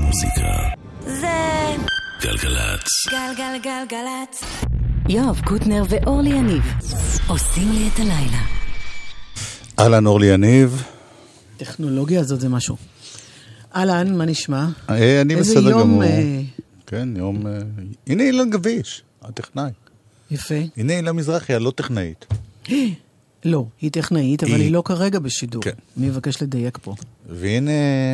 המוזיקה זה גלגלצ. גלגלגלגלצ. יואב קוטנר ואורלי יניב עושים לי את הלילה. אהלן אורלי יניב. טכנולוגיה הזאת זה משהו. אהלן, מה נשמע? אני בסדר גמור. כן, יום... הנה אילן גביש, הטכנאי. יפה. הנה אילן מזרחי, הלא טכנאית. לא, היא טכנאית, אבל היא לא כרגע בשידור. כן. אני אבקש לדייק פה. והנה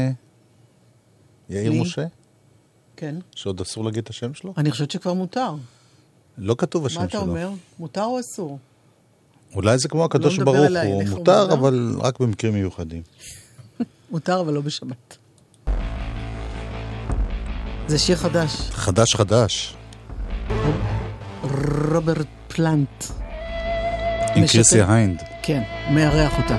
יאיר משה, כן. שעוד אסור להגיד את השם שלו. אני חושבת שכבר מותר. לא כתוב השם שלו. מה אתה אומר? מותר או אסור? אולי זה כמו הקדוש ברוך הוא. מותר, אבל רק במקרים מיוחדים. מותר, אבל לא בשבת. זה שיר חדש. חדש. רוברט פלנט. עם קריסיה היינד. כן, מארח אותה.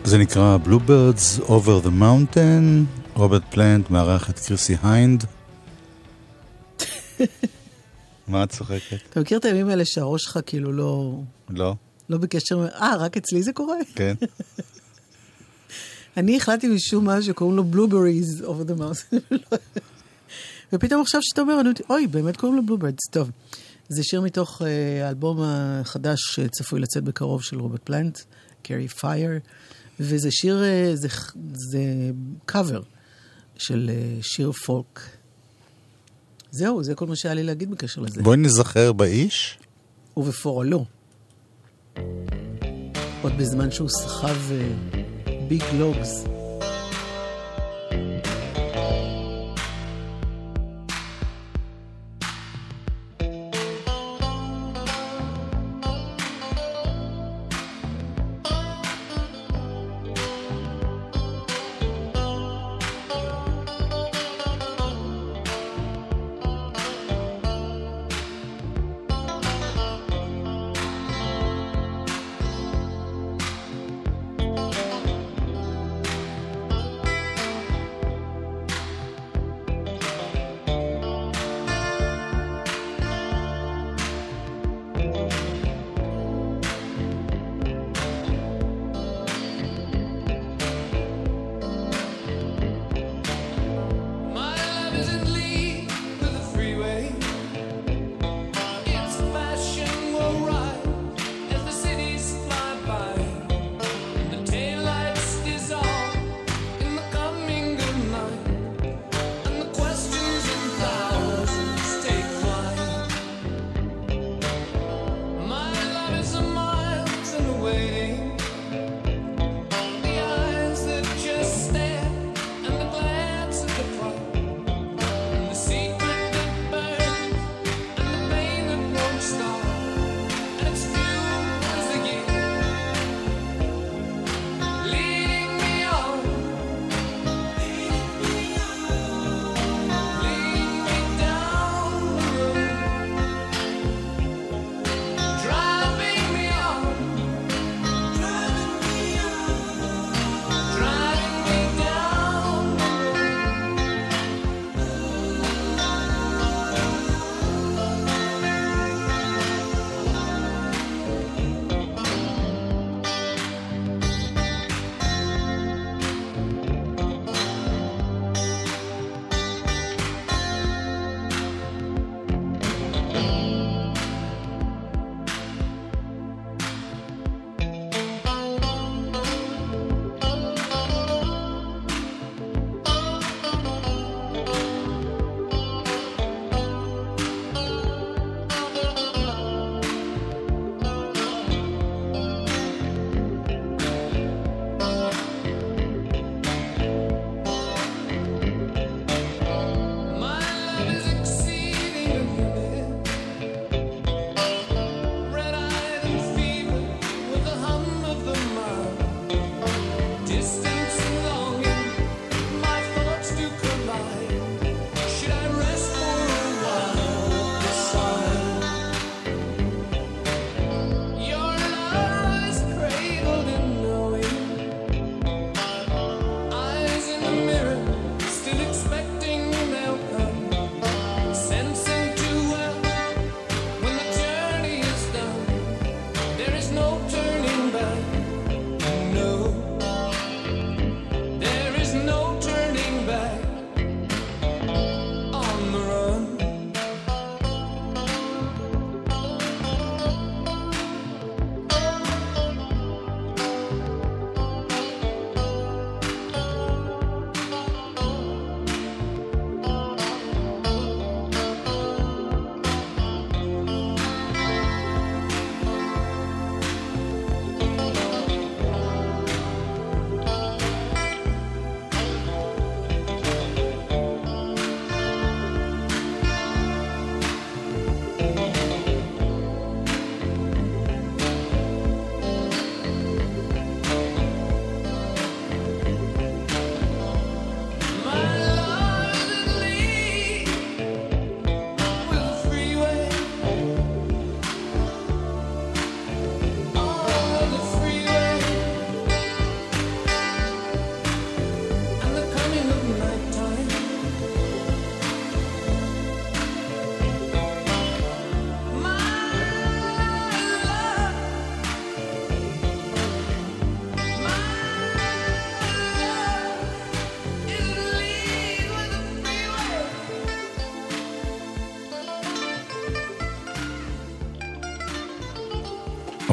זה נקרא Bluebirds Over the Mountain. רוברט פלנט מארח את קריסי היינד. מה את צוחקת? אתה מכיר את הימים האלה שהראש שלך כאילו לא בקשר... רק אצלי זה קורה? כן. אני החלטתי משום מה שקוראים לו Blueberries Over the Mountain. ופתאום עכשיו שאתה אומר, אוי, באמת קוראים לו Bluebirds. טוב, זה שיר מתוך האלבום החדש שצפוי לצאת בקרוב של רוברט פלנט, Carry Fire, וזה שיר, זה קאבר של שיר פולק. זהו, זה כל מה שהיה לי להגיד בקשר לזה. בואי נזכר באיש. ובפורלו. עוד בזמן שהוא סחב ביג לוגס.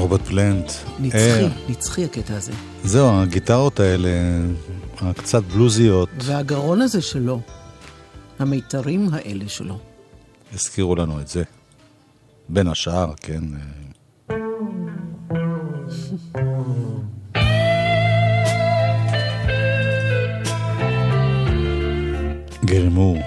רוברט פלנט. נצחי הקטע הזה. זהו, הגיטרות האלה, הקצת בלוזיות. והגרון הזה שלו, המיתרים האלה שלו. הזכירו לנו את זה. בין השאר, כן. גרי מור.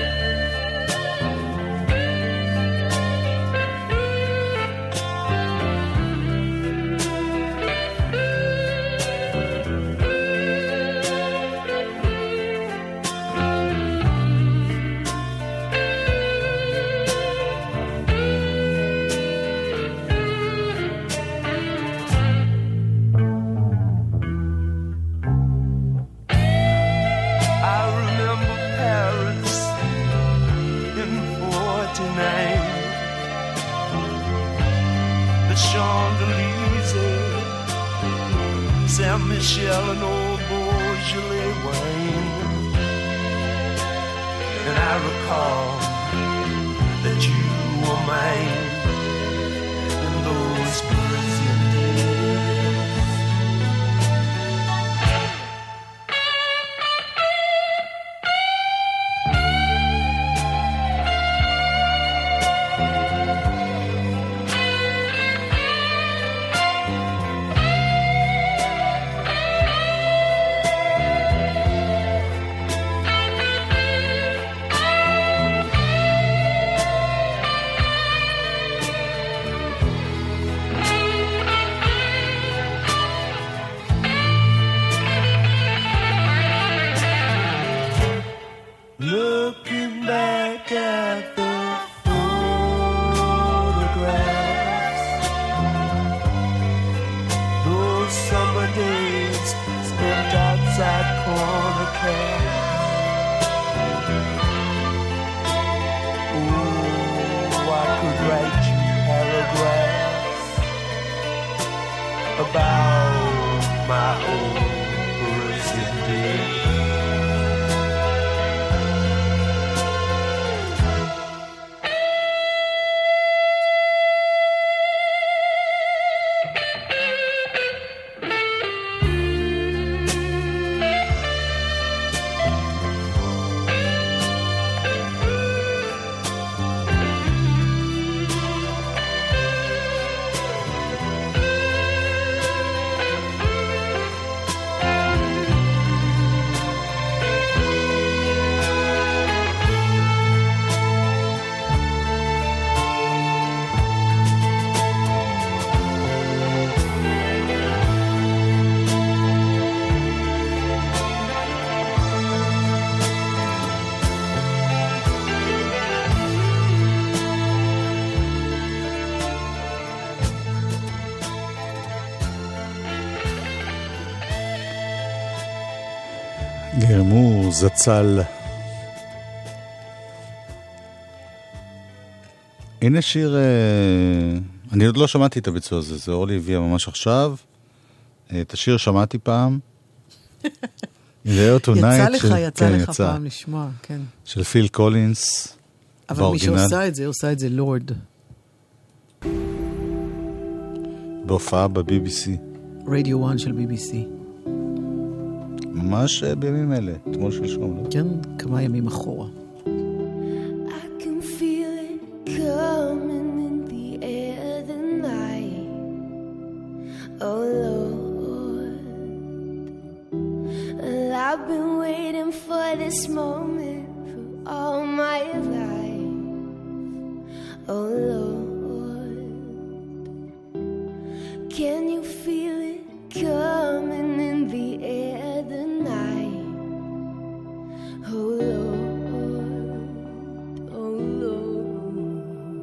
Saint-Michel and old Beaujolais wine. And I recall that you were mine in those Parisian days. גרמו זצל. הנה שיר, אני עוד לא שמעתי את הביצוע הזה, זה אורלי הביאה ממש עכשיו. את השיר שמעתי פעם. יצא לך פעם לשמוע, כן. של פיל קולינס. אבל מי שעושה את זה, עושה את זה לורד. בהופעה ב-BBC. רדיו 1 של BBC. ממש בימים אלה, אתמול שלשום, לא? כן, כמה ימים אחורה. I can feel it coming in the air tonight. Oh Lord, well, I've been waiting for this moment for all my life. Oh Lord, can you feel it coming in the air tonight? Oh Lord, oh Lord.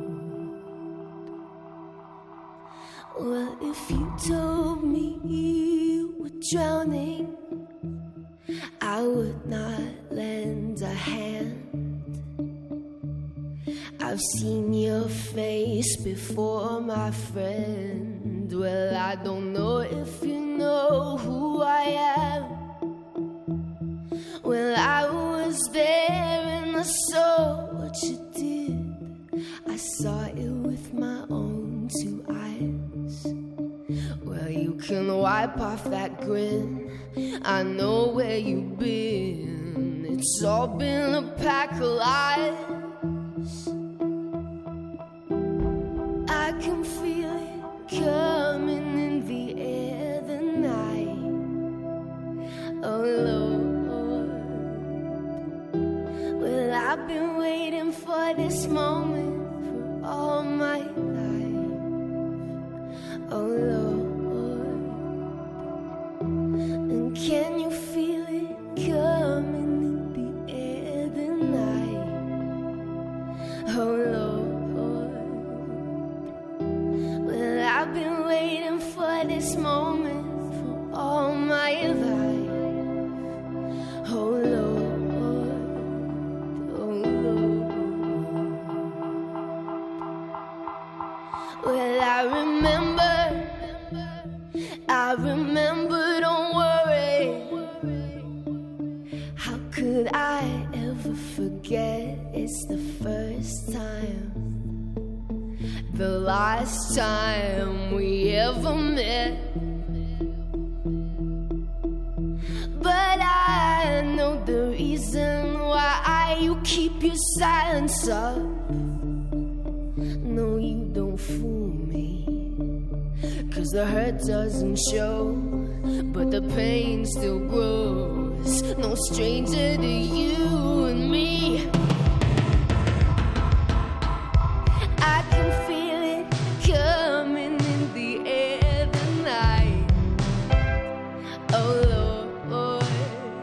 Well, if you told me you were drowning, I would not lend a hand. I've seen your face before, my friend. Well, I don't know if you know who I am. Well, I was there and I saw what you did. I saw it with my own two eyes. can wipe off that grin. I know where you've been. It's all been a pack of lies. I can feel it coming in the air, the night. Oh Lord, well I've been waiting for this moment for all my life. Oh Lord, and can you feel it coming in the air, the night? Oh Lord, well I've been waiting for this moment for all my life. Oh Lord, oh Lord. Well I remember, don't worry. How could I ever forget? It's the first time, the last time we ever met. But I know the reason why you keep your silence up. No, you don't fool me, 'cause the hurt doesn't show, but the pain still grows. No stranger to you and me. I can feel it coming in the air, the night. Oh Lord,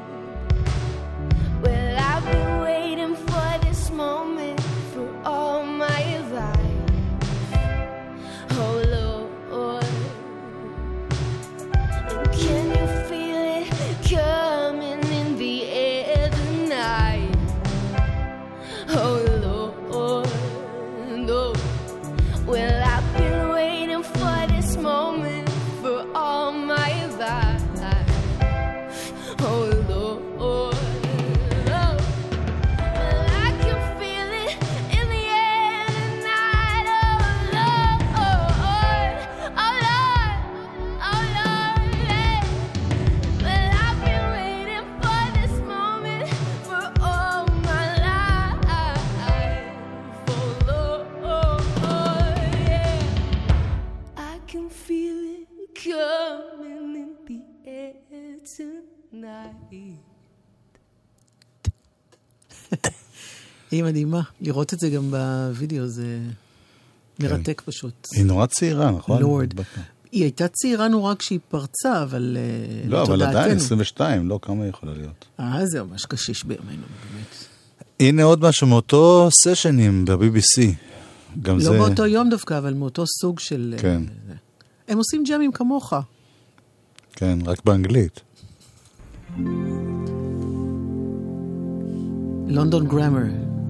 well I've been waiting for this moment for all my life. Oh Lord, and can you feel it coming in the air, the night? Oh Lord, oh, well I've been waiting for this moment for all my life. Oh Lord, oh, well I can feel it in the air tonight. Oh Lord, oh Lord, oh Lord, yeah. Well I've been waiting for this moment for all my life. Oh Lord, yeah. I can feel it coming in the air tonight. היא מדהימה. לראות את זה גם בווידאו זה מרתק פשוט. היא נורא צעירה, נכון? לורד. היא הייתה צעירה נורא כשהיא פרצה, אבל לא, אבל עדיין 22, לא כמה היא יכולה להיות. זה ממש קשיש בימינו, באמת. הנה עוד משהו מאותו סשנים ב-BBC. לא באותו יום דווקא, אבל מאותו סוג של... כן. הם עושים ג'אמים כמוך. כן, רק באנגלית. לונדון גרמר.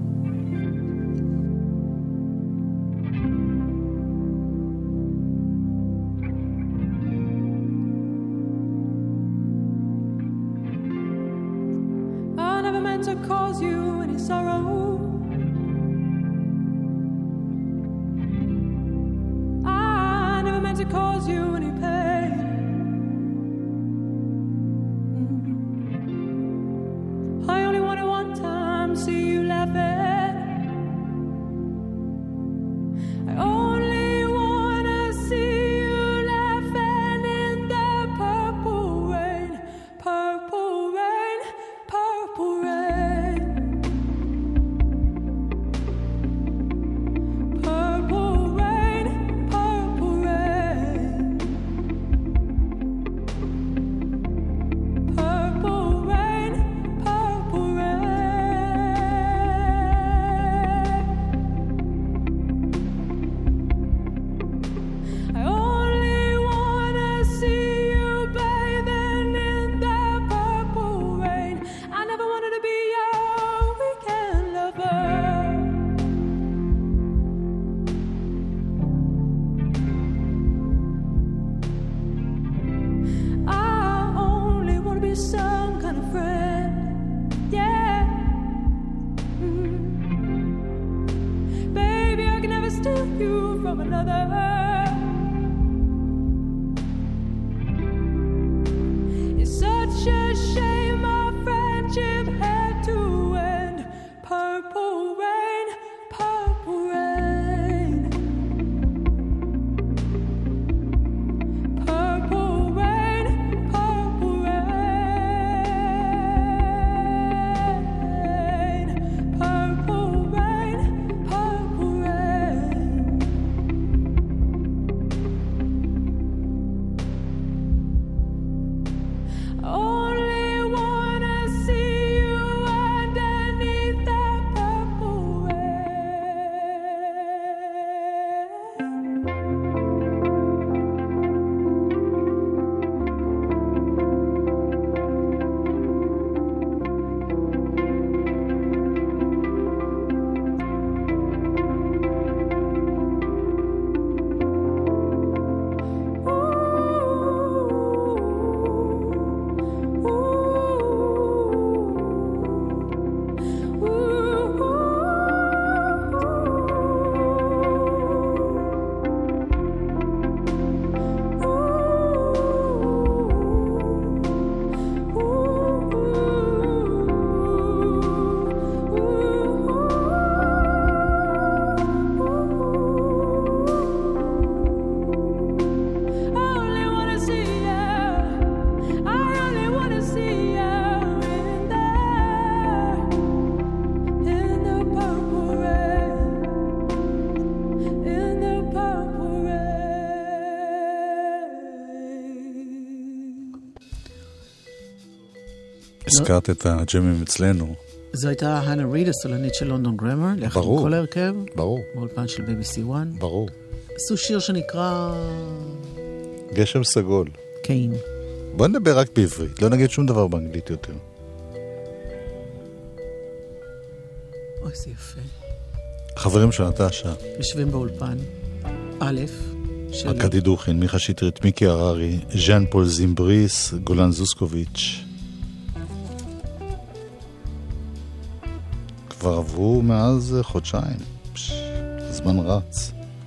I never meant to cause you any sorrow. I never meant to cause you any pain. I only wanted one time to see you laughing. I only wanna see you laughing in the purple rain, purple rain, purple rain. Purple rain, purple rain. Purple rain, purple rain. I only wanna see you bathing in the purple rain. I never wanted to be your weekend lover. I only wanna be some kind of friend, yeah. Baby, I can never steal you from another. הזכרת את הג'מים אצלנו. זו הייתה הנה ריד, הסולנית של לונדון גרמר, יחד עם ברור. כל ההרכב, ברור, באולפן של BBC 1. ברור. עשו שיר שנקרא גשם סגול. קיין. בוא נדבר רק בעברית, לא נגיד שום דבר באנגלית יותר. אוי, זה יפה. חברים של נטשה, יושבים באולפן. א', של... ארכדי דוכין, מיכה שטרית, מיקי הררי, ז'אן פול זימבריס, גולן זוסקוביץ'. כבר עברו מאז חודשיים. הזמן רץ.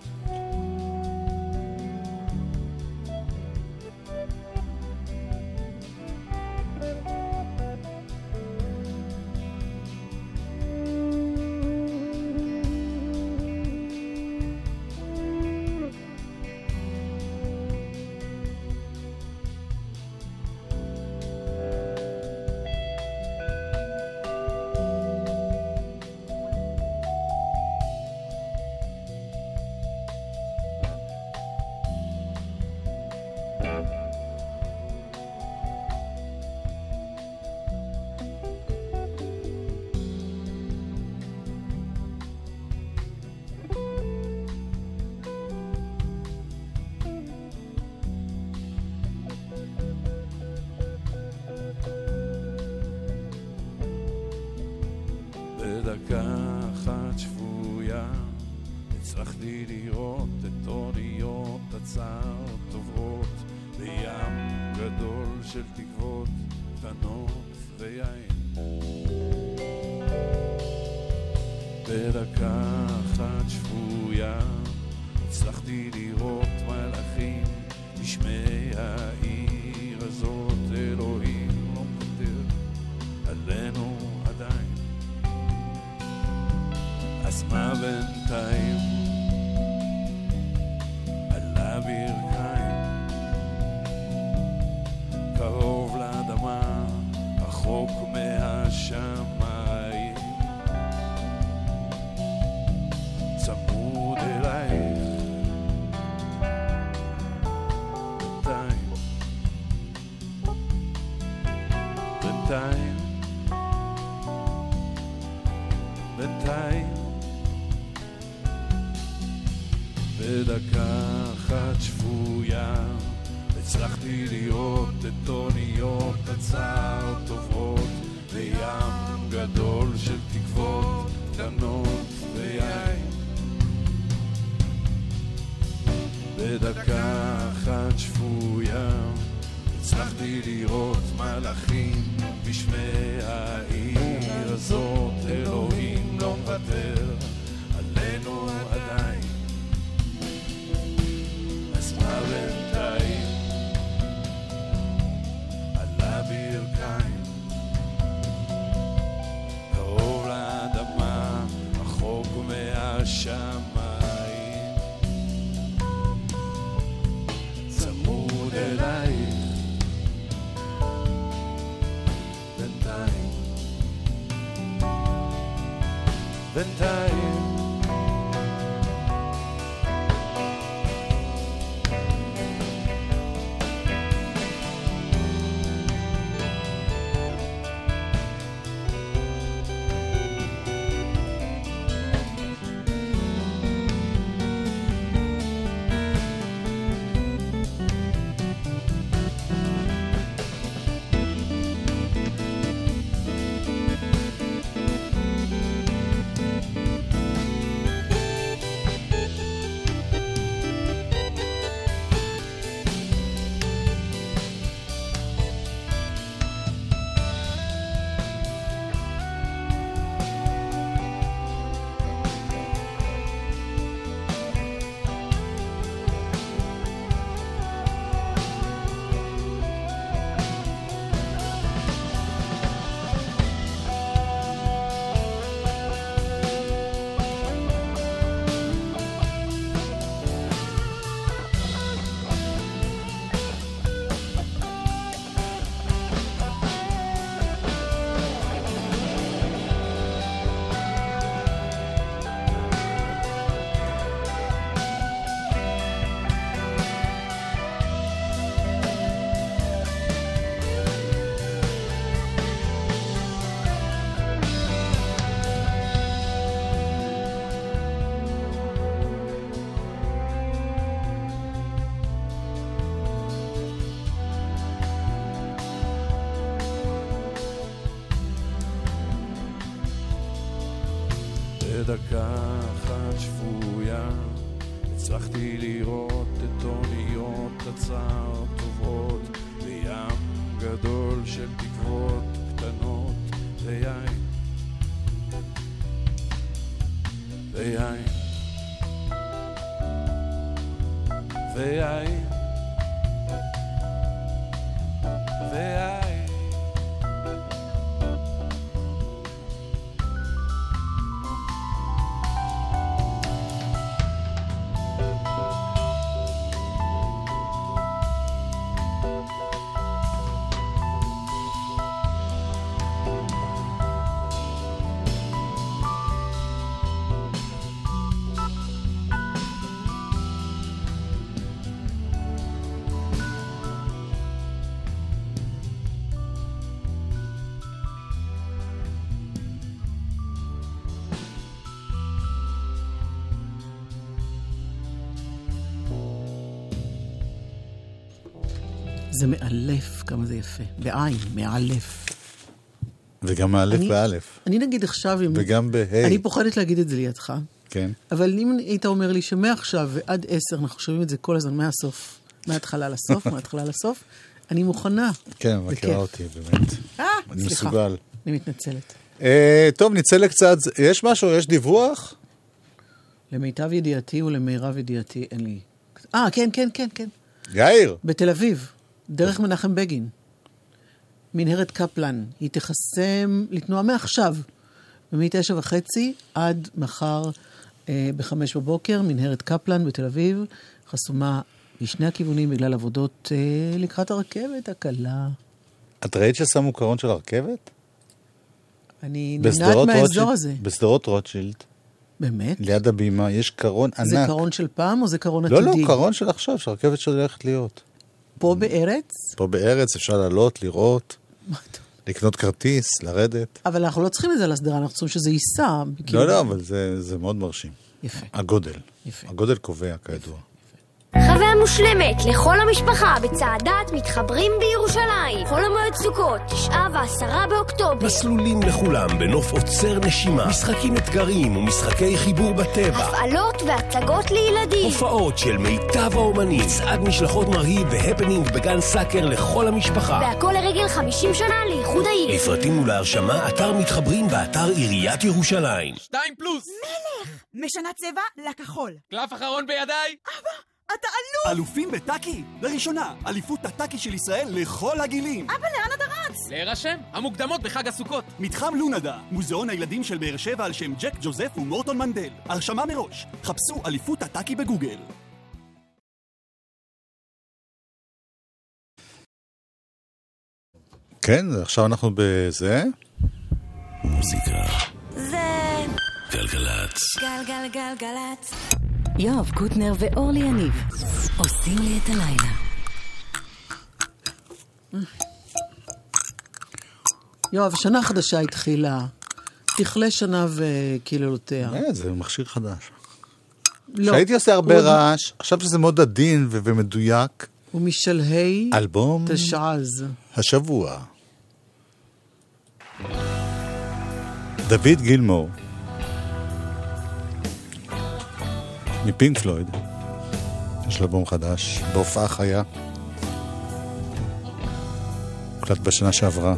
בדקה אחת שבויה הצלחתי לראות את אוניות הצער טובעות בים גדול של תקוות קטנות ויין. בדקה אחת שבויה הצלחתי לראות מלאכים בשמי העיר הזאת. אלוהים לא מוותר עלינו עדיין. אז מה בינתיים? עלה ברכיים קרוב לאדמה רחוק מהשמיים צמוד אלייך בינתיים בינתיים בינתיים בדקה אחת שבויה הצלחתי לראות את אוניות הצער טובות בים גדול של תקוות קטנות ויין. בדקה אחת שבויה הצלחתי לראות מלאכים בשמי העיר הזאת. אלוהים לא מוותר עלינו עדיין. אז מה בינתיים? עלה ברכיים קרוב לאדמה רחוק מהשמיים צמוד אלייך בינתיים בינתיים בדקה אחת שפויה הצלחתי לראות את אוניות הצער טובות בים גדול של תקוות קטנות ויין ויין ויין ויין זה מאלף, כמה זה יפה. בעין, מאלף. וגם מאלף באלף. אני נגיד עכשיו... וגם בהי. אני פוחדת להגיד את זה לידך. כן. אבל אם היית אומר לי שמעכשיו ועד 10, אנחנו שומעים את זה כל הזמן מהסוף, מההתחלה לסוף, מההתחלה לסוף, אני מוכנה. כן, מכירה אותי, באמת. אני סליחה. מסוגל. אני מתנצלת. טוב, נצא לקצת. יש משהו? יש דיווח? למיטב ידיעתי ולמירב ידיעתי אין לי... כן, כן, כן, כן. יאיר. בתל אביב, דרך מנחם בגין. מנהרת קפלן. היא תחסם לתנועה מעכשיו, מ-9:30 עד מחר ב-5 בבוקר. מנהרת קפלן בתל אביב חסומה לשני הכיוונים בגלל עבודות לקראת הרכבת הקלה. את ראית ששמו קרון של הרכבת? אני נמנעת מהאזור הזה. בסדרות רוטשילד. באמת? ליד הבימה יש קרון ענק. זה קרון של פעם או זה קרון עתידי? לא, קרון של עכשיו, שהרכבת שלי הולכת להיות. פה בארץ? פה בארץ אפשר לעלות, לראות, לקנות כרטיס, לרדת. אבל אנחנו לא צריכים את זה על הסדרה, אנחנו צריכים שזה ייסע. לא, אבל זה מאוד מרשים. יפה. הגודל. יפה. הגודל קובע, כידוע. חוויה מושלמת לכל המשפחה בצעדת מתחברים בירושלים. חול המועד סוכות, 9 ו10 באוקטובר. מסלולים לכולם בנוף עוצר נשימה, משחקים אתגרים ומשחקי חיבור בטבע, הפעלות והצגות לילדים, הופעות של מיטב האומנים, מצעד משלחות מרהיב והפנינג בגן סאקר לכל המשפחה, והכל לרגל 50 שנה לאיחוד העיר. לפרטים ולהרשמה אתר מתחברים באתר עיריית ירושלים. 2+. מלך! משנה צבע לכחול. קלף אחרון בידיי. אבא, אתה אלוף! אלופים בטאקי? לראשונה, אליפות הטאקי של ישראל לכל הגילים. אבא, לאן אתה רץ? להירשם, המוקדמות בחג הסוכות. מתחם לונדה, מוזיאון הילדים של באר שבע על שם ג'ק ג'וזף ומורטון מנדל. הרשמה מראש. חפשו אליפות הטאקי בגוגל. כן, עכשיו אנחנו בזה. מוזיקה. זה גלגלצ. גלגלגלגלצ. יואב קוטנר ואורלי יניב עושים לי את הלילה. יואב, שנה חדשה התחילה. תכלה שנה וקללותיה. זה מכשיר חדש. לא. שהייתי עושה הרבה רעש, עכשיו שזה מאוד עדין ומדויק. ומשלהי אלבום תשעז. השבוע. דוד גילמור. מפינק פלויד. יש אלבום חדש, בהופעה חיה. הוקלט בשנה שעברה.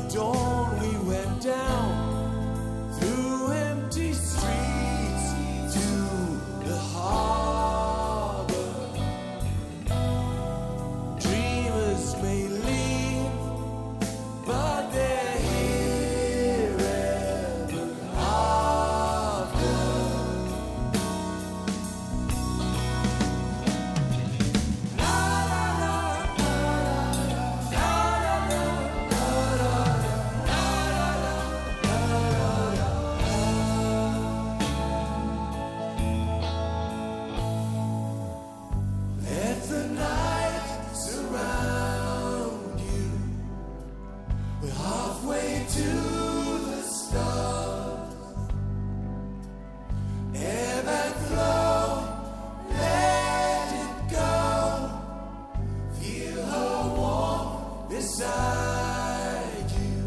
dawn we went down through empty streets to the harbor. Dreamers may leave, but they're here ever after. Let the night surround you. We're halfway to the stars. Ebb and flow, let it go. Feel her warmth beside you.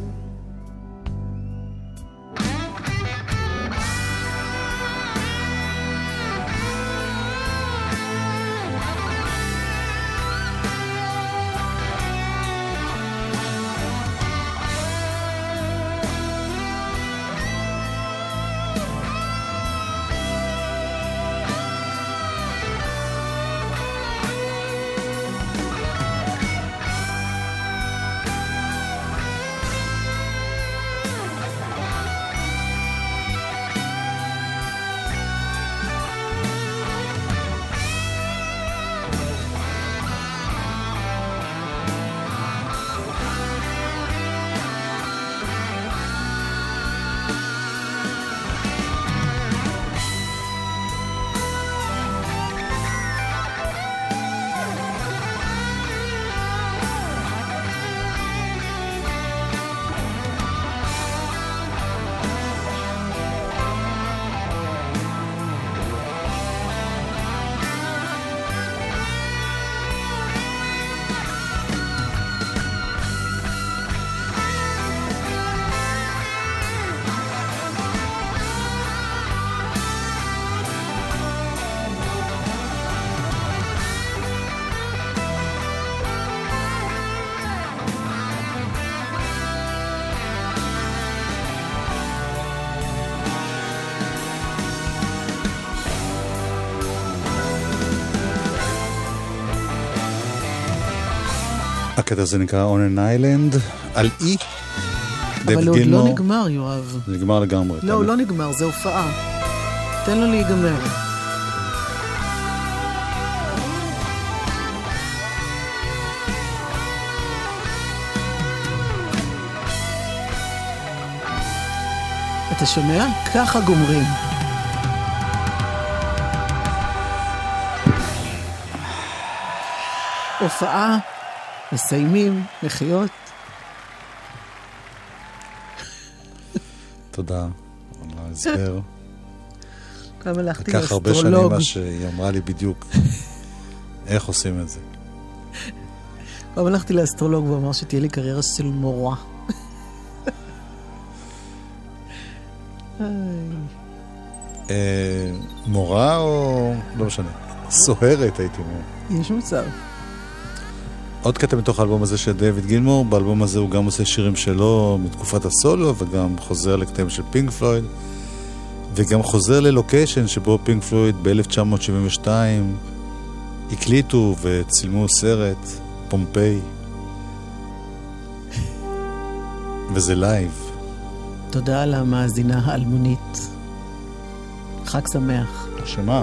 הקטע הזה נקרא On an Island, על אי. אבל הוא עוד לא נגמר, יואב. זה נגמר לגמרי. לא, הוא לא נגמר, זה הופעה. תן לו להיגמר. אתה שומע? ככה גומרים. הופעה, מסיימים, לחיות. תודה על ההסבר. כמה הלכתי לקח הרבה לאסטרולוג. שנים מה שהיא אמרה לי בדיוק איך עושים את זה. פעם הלכתי לאסטרולוג ואמר שתהיה לי קריירה של מורה. מורה או לא משנה, סוהרת הייתי אומר. יש מצב. עוד קטע מתוך האלבום הזה של דיוויד גילמור. באלבום הזה הוא גם עושה שירים שלו מתקופת הסולו, וגם חוזר לקטעים של פינק פלויד, וגם חוזר ללוקיישן שבו פינק פלויד ב-1972 הקליטו וצילמו סרט פומפיי, וזה לייב. תודה על המאזינה האלמונית. חג שמח. שמה?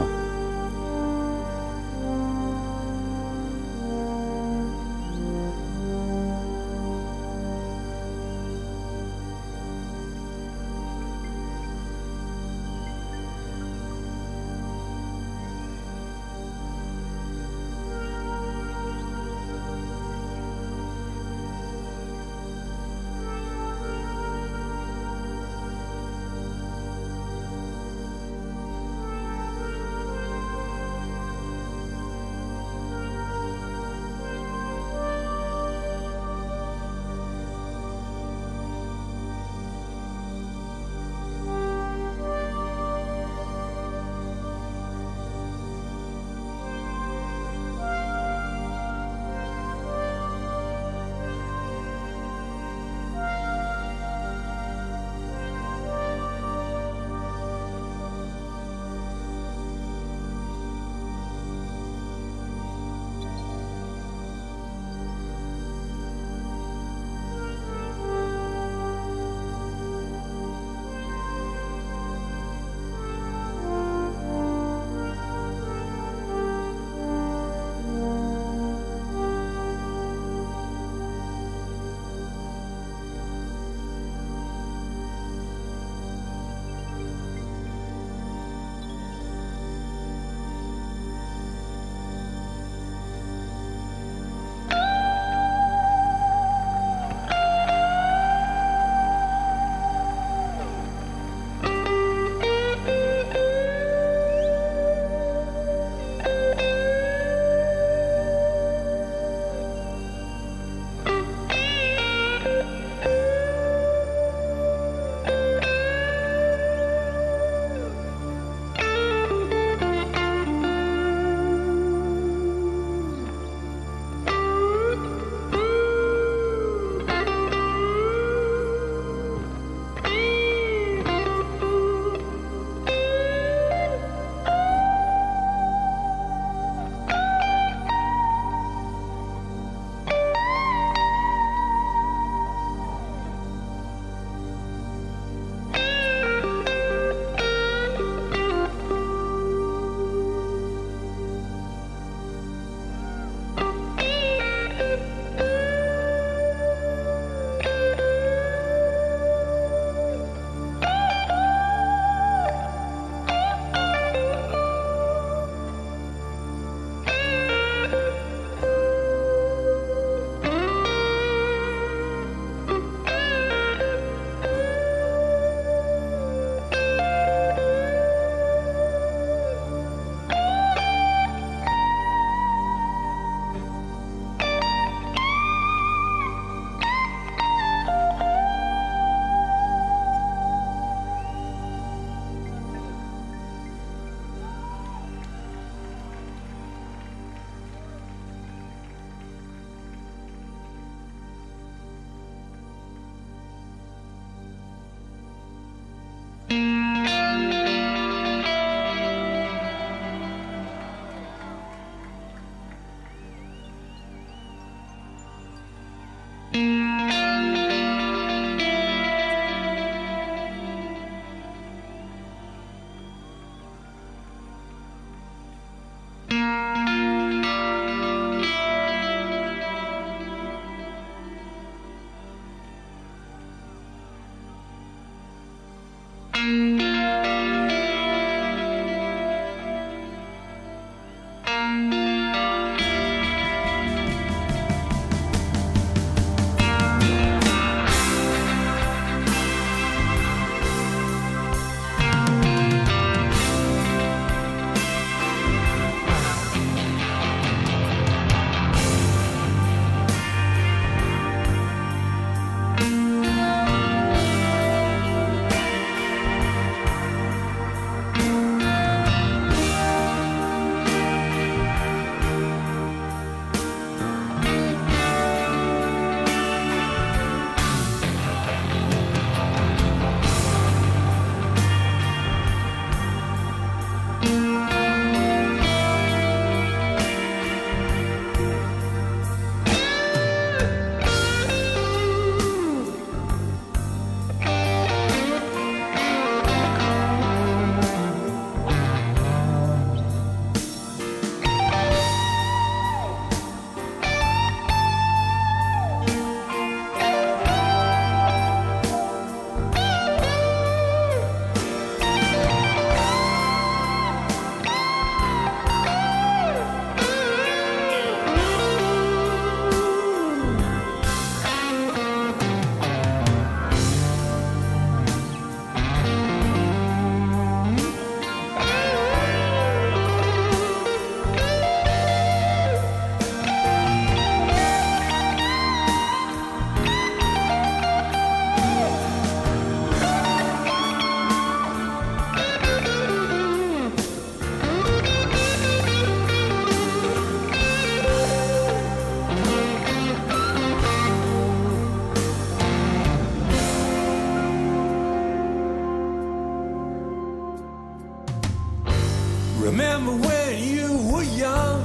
Remember when you were young,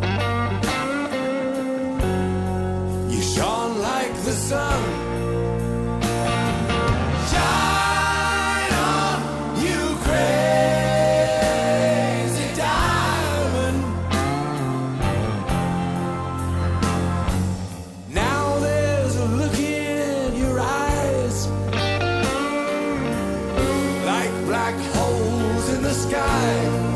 you shone like the sun. Shine on, you crazy diamond. Now there's a look in your eyes, like black holes in the sky.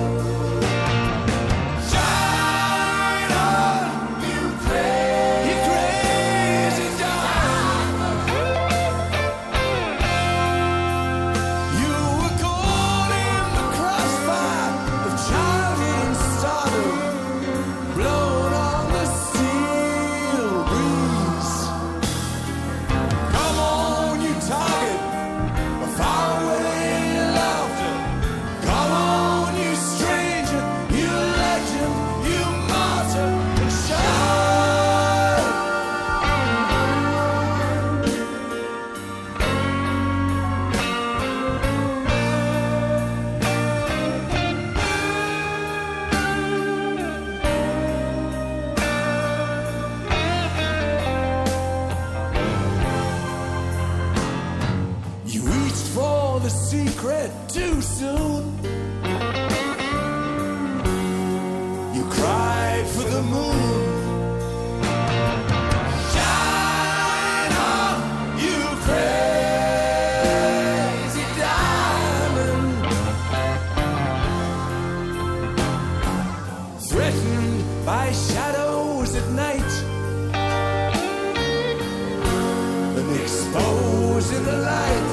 Too soon, you cried for the moon. Shine on, you crazy diamond. Threatened by shadows at night and exposed in the light.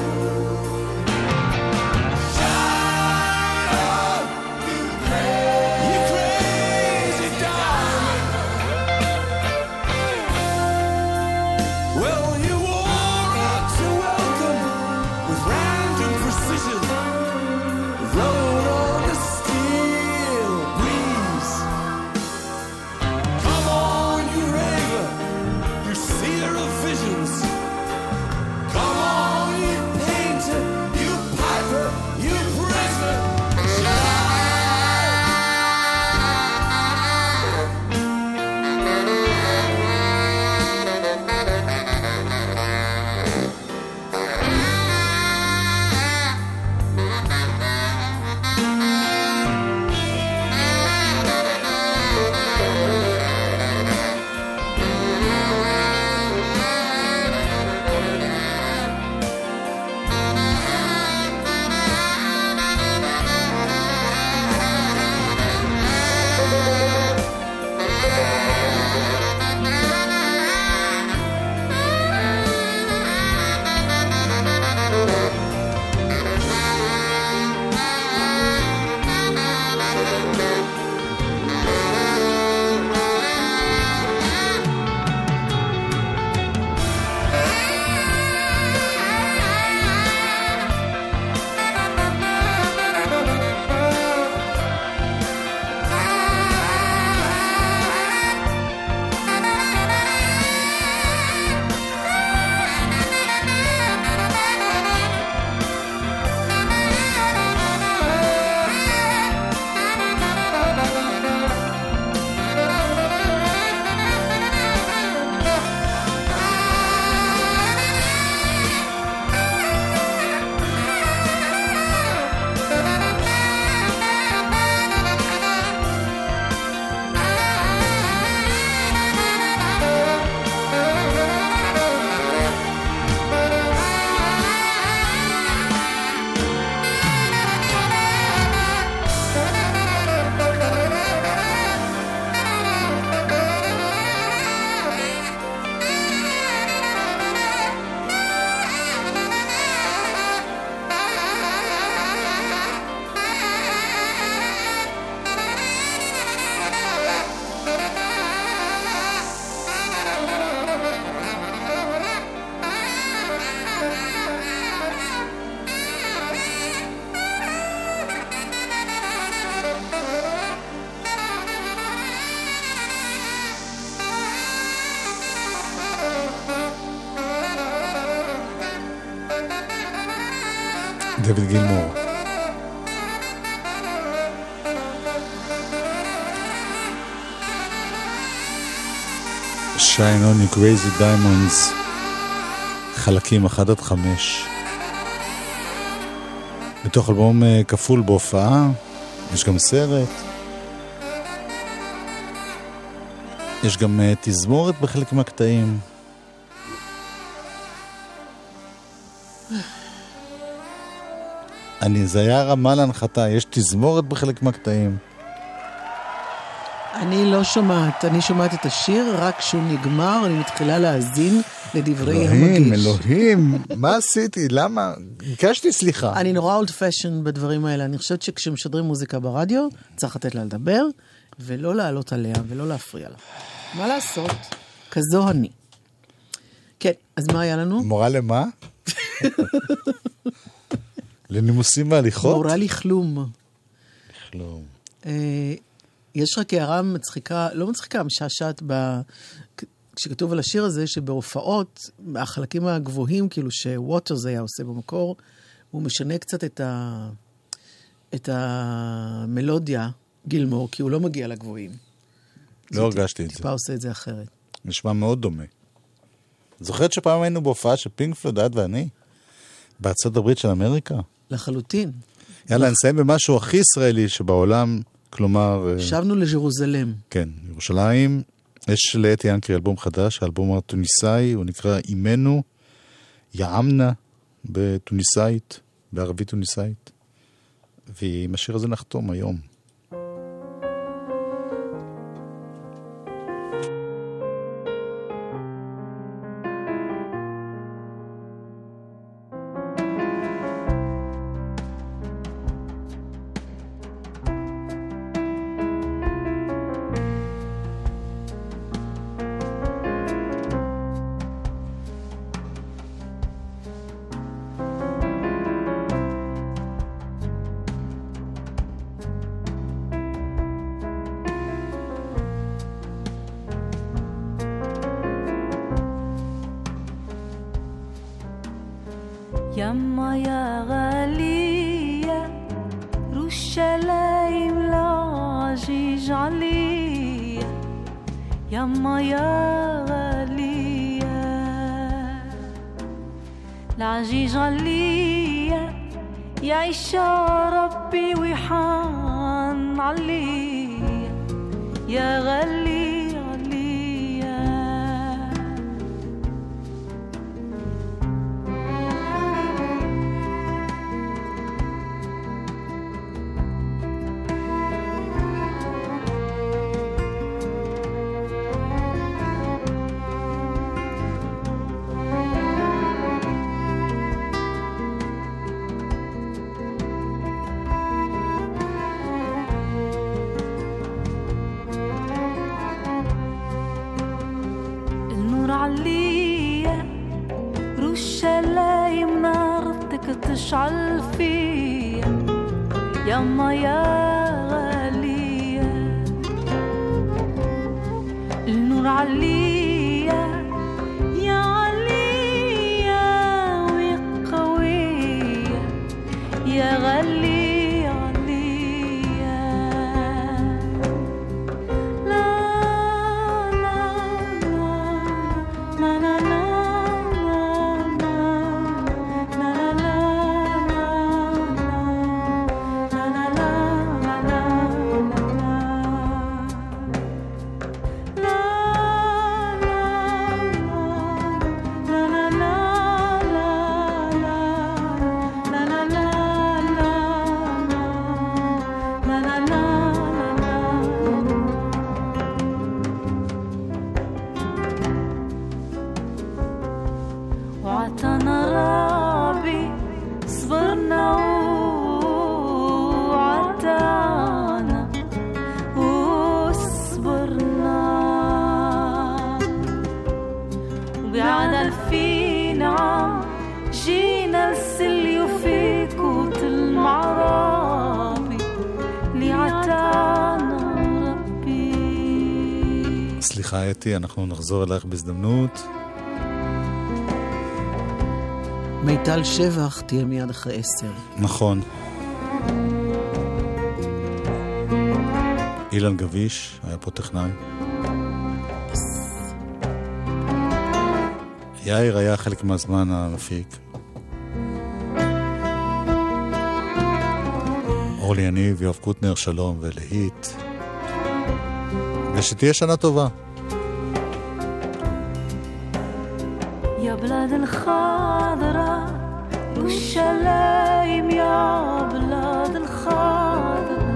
Visions. Come on, דויד גילמור. Shine on you crazy diamonds, חלקים 1-5, בתוך אלבום כפול בהופעה. יש גם סרט, יש גם תזמורת בחלק מהקטעים. זה היה רמה להנחתה, יש תזמורת בחלק מהקטעים. אני לא שומעת, אני שומעת את השיר, רק כשהוא נגמר, אני מתחילה להאזין לדברי המגיש. אלוהים, מה עשיתי? למה? ביקשתי סליחה. אני נורא אולד פשן בדברים האלה. אני חושבת שכשמשדרים מוזיקה ברדיו, צריך לתת לה לדבר, ולא לעלות עליה, ולא להפריע לה. מה לעשות? כזו אני. כן, אז מה היה לנו? מורה למה? לנימוסים והליכות? מורה לכלום. לכלום. יש רק הערה מצחיקה, לא מצחיקה, משעשעת כשכתוב על השיר הזה, שבהופעות, החלקים הגבוהים, כאילו שווטרס היה עושה במקור, הוא משנה קצת את המלודיה, גילמור, כי הוא לא מגיע לגבוהים. לא הרגשתי את זה. טיפה עושה את זה אחרת. נשמע מאוד דומה. זוכרת שפעם היינו בהופעה של פינק פלויד, את ואני? בארצות הברית של אמריקה? לחלוטין. יאללה, נסיים במשהו הכי ישראלי שבעולם, כלומר... שבנו לז'רוזלם. כן, ירושלים. יש לאתי ינקרי אלבום חדש, האלבום התוניסאי, הוא נקרא אימנו, יעמנה, בתוניסאית, בערבית תוניסאית. ועם השיר הזה נחתום היום. يما يا غالية رشلايم العجيج عليا يما يا غالية العجيج عليا يعيش ربي ويحان عليا يا غالية تشعل فيا يما يا غالية النور عليا يا عليا وقوية يا غالية סליחה אתי, אנחנו נחזור אלייך בהזדמנות. מיטל שבח תהיה מיד אחרי 10. נכון. אילן גביש היה פה טכנאי. יאיר היה חלק מהזמן המפיק. אורלי יניב, יואב קוטנר, שלום ולהיט. ושתהיה שנה טובה. يا بلاد الخضرة والشلايم يا بلاد الخضرة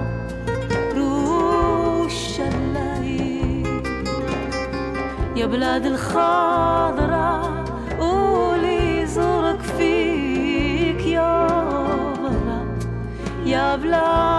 روش الشلايم يا بلاد الخضرة قولي زورك فيك يا بلاد